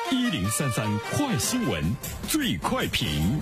1033快新闻最快评。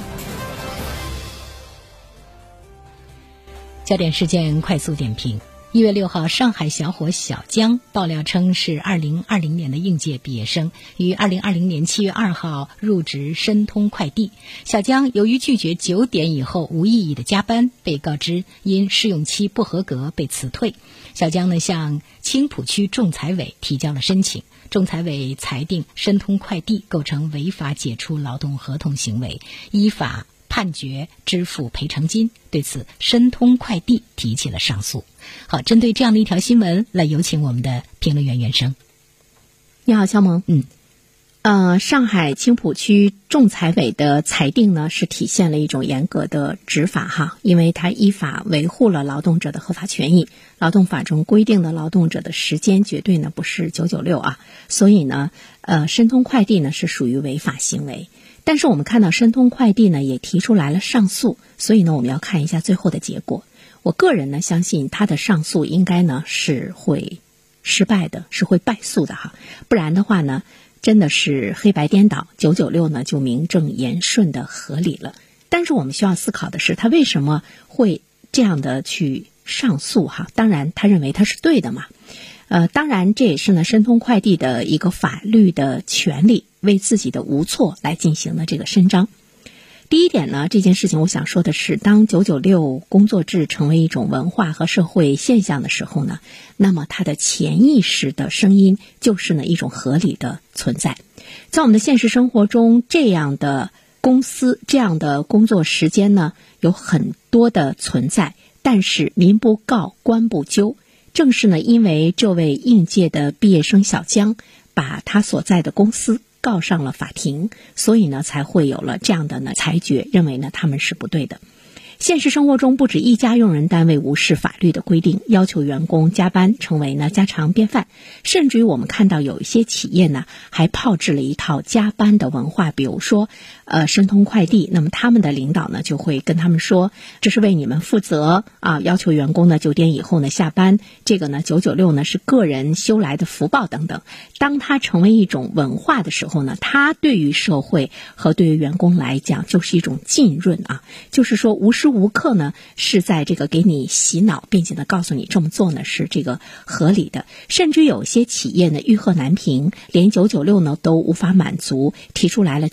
焦点事件快速点评。1月6号，上海小伙小江爆料称是2020年的应届毕业生，于2020年7月2号入职申通快递。小江由于拒绝9点以后无意义的加班，被告知因试用期不合格被辞退。小江呢向青浦区仲裁委提交了申请，仲裁委裁定申通快递构成违法解除劳动合同行为，依法判决支付赔偿金。对此，申通快递提起了上诉。好，针对这样的一条新闻，来有请我们的评论员袁生。 你好，肖萌。上海青浦区仲裁委的裁定呢，是体现了一种严格的执法哈，因为它依法维护了劳动者的合法权益。劳动法中规定的劳动者的时间绝对呢不是996啊，所以呢，申通快递呢是属于违法行为。但是我们看到申通快递呢也提出来了上诉，所以呢我们要看一下最后的结果。我个人呢相信他的上诉应该呢是会失败的，是会败诉的哈，不然的话呢真的是黑白颠倒，996呢就名正言顺的合理了。但是我们需要思考的是，他为什么会这样的去上诉哈？当然他认为他是对的嘛。当然这也是呢申通快递的一个法律的权利，为自己的无错来进行的这个伸张。第一点呢，这件事情我想说的是，当996工作制成为一种文化和社会现象的时候呢，那么它的潜意识的声音就是呢一种合理的存在。在我们的现实生活中，这样的公司这样的工作时间呢有很多的存在，但是民不告官不究。正是呢因为这位应届的毕业生小江把他所在的公司告上了法庭，所以呢才会有了这样的呢裁决，认为呢他们是不对的。现实生活中不止一家用人单位无视法律的规定，要求员工加班成为呢家常便饭，甚至于我们看到有一些企业呢还炮制了一套加班的文化。比如说申通快递，那么他们的领导呢就会跟他们说，这是为你们负责啊，要求员工呢9点以后呢下班，这个呢996呢是个人修来的福报等等。当它成为一种文化的时候呢，它对于社会和对于员工来讲就是一种浸润啊，就是说无时无刻呢是在这个给你洗脑，并且呢告诉你这么做呢是这个合理的。甚至有些企业呢欲壑难平，连996呢都无法满足，提出来了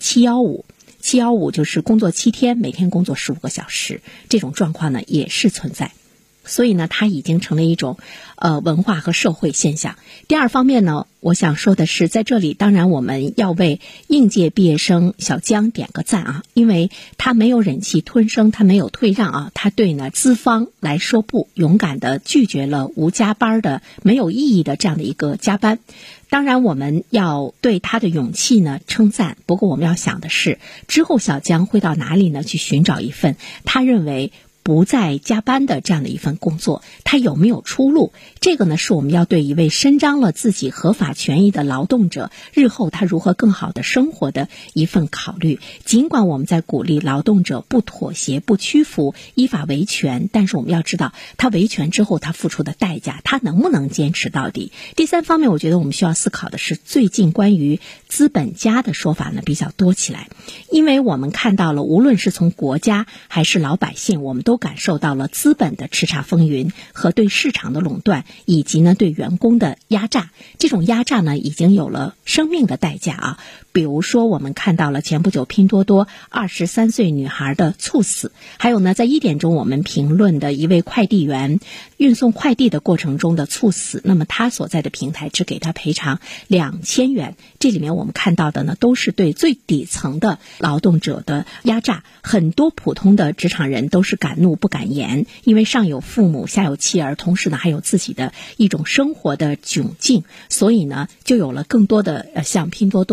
715就是工作7天，每天工作15个小时，这种状况呢也是存在。所以呢它已经成了一种文化和社会现象。第二方面呢，我想说的是，在这里当然我们要为应届毕业生小江点个赞啊，因为他没有忍气吞声，他没有退让啊，他对呢资方来说不，勇敢的拒绝了无加班的没有意义的这样的一个加班。当然我们要对他的勇气呢称赞，不过我们要想的是，之后小江会到哪里呢去寻找一份他认为不再加班的这样的一份工作，他有没有出路？这个呢是我们要对一位伸张了自己合法权益的劳动者日后他如何更好的生活的一份考虑。尽管我们在鼓励劳动者不妥协不屈服，依法维权，但是我们要知道他维权之后他付出的代价，他能不能坚持到底。第三方面，我觉得我们需要思考的是，最近关于资本家的说法呢比较多起来，因为我们看到了无论是从国家还是老百姓，我们都感受到了资本的叱咤风云和对市场的垄断，以及呢对员工的压榨。这种压榨呢已经有了生命的代价啊。比如说我们看到了前不久拼多多23岁女孩的猝死，还有呢在1点钟我们评论的一位快递员运送快递的过程中的猝死，那么他所在的平台只给他赔偿2000元。这里面我们看到的呢都是对最底层的劳动者的压榨，很多普通的职场人都是敢怒不敢言，因为上有父母下有妻儿，同时呢还有自己的一种生活的窘境，所以呢就有了更多的像拼多多呀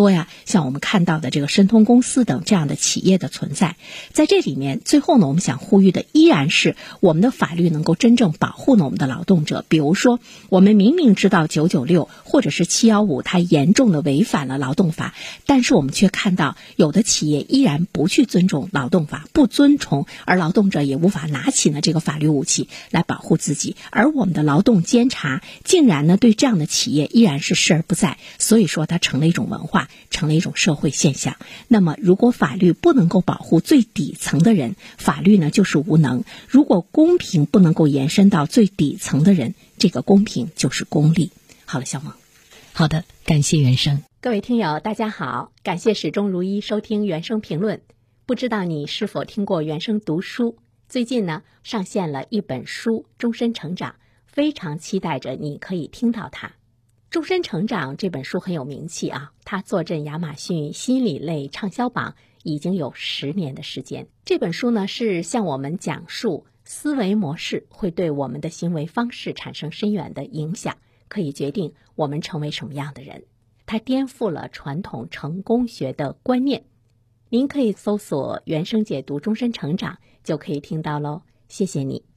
像我们看到的这个申通公司等这样的企业的存在。在这里面，最后呢，我们想呼吁的依然是我们的法律能够真正保护呢我们的劳动者。比如说，我们明明知道996或者是715它严重的违反了劳动法，但是我们却看到有的企业依然不去尊重劳动法，不遵从，而劳动者也无法拿起呢这个法律武器来保护自己。而我们的劳动监察竟然呢对这样的企业依然是视而不在，所以说它成了一种文化，成了一种社会现象。那么如果法律不能够保护最底层的人，法律呢就是无能；如果公平不能够延伸到最底层的人，这个公平就是功利。好了，小萌。 好的，感谢原生。 各位听友大家好，感谢始终如一收听原声评论。不知道你是否听过原声读书，最近呢上线了一本书《终身成长》，非常期待着你可以听到它。《终身成长》这本书很有名气啊，它坐镇亚马逊心理类畅销榜已经有10年的时间。这本书呢是向我们讲述思维模式会对我们的行为方式产生深远的影响，可以决定我们成为什么样的人。它颠覆了传统成功学的观念。您可以搜索原声解读终身成长就可以听到喽，谢谢你。